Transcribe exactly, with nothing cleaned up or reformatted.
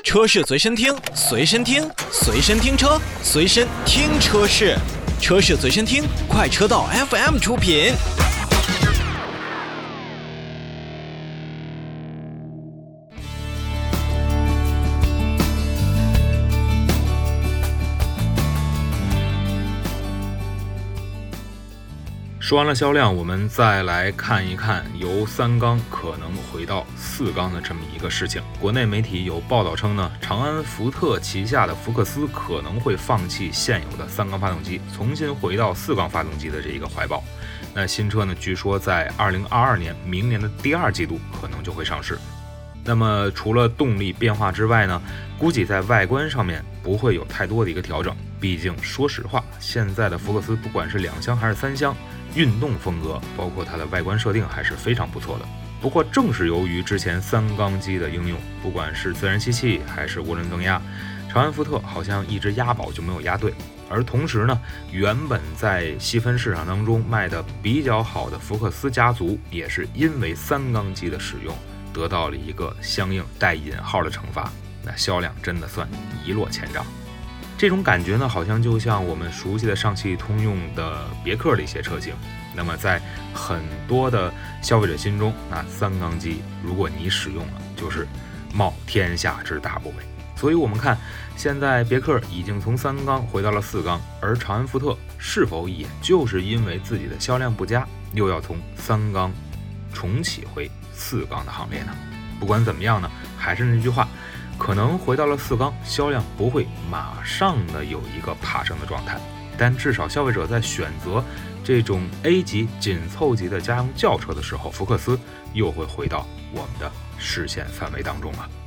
车市随身听，随身听，随身听车，随身听车市，车市随身听，快车道 F M 出品。 说完了销量，我们再来看一看由三缸可能回到四缸的这么一个事情。国内媒体有报道称呢，长安福特旗下的福克斯可能会放弃现有的三缸发动机，重新回到四缸发动机的这一个怀抱。那新车呢，据说在二零二二年明年的第二季度可能就会上市。那么除了动力变化之外呢，估计在外观上面不会有太多的一个调整。毕竟说实话，现在的福克斯不管是两厢还是三厢，运动风格包括它的外观设定还是非常不错的。不过正是由于之前三缸机的应用，不管是自然吸气还是涡轮增压，长安福特好像一直押宝就没有押对。而同时呢，原本在细分市场当中卖的比较好的福克斯家族，也是因为三缸机的使用得到了一个相应带引号的惩罚，那销量真的算一落千丈。这种感觉呢，好像就像我们熟悉的上汽通用的别克的一些车型。那么在很多的消费者心中，那三缸机如果你使用了，就是冒天下之大不韪。所以我们看现在别克已经从三缸回到了四缸，而长安福特是否也就是因为自己的销量不佳，又要从三缸重启回四缸的行列呢？不管怎么样呢，还是那句话，可能回到了四缸，销量不会马上的有一个爬升的状态，但至少消费者在选择这种 A 级紧凑级的家用轿车的时候，福克斯又会回到我们的视线范围当中了。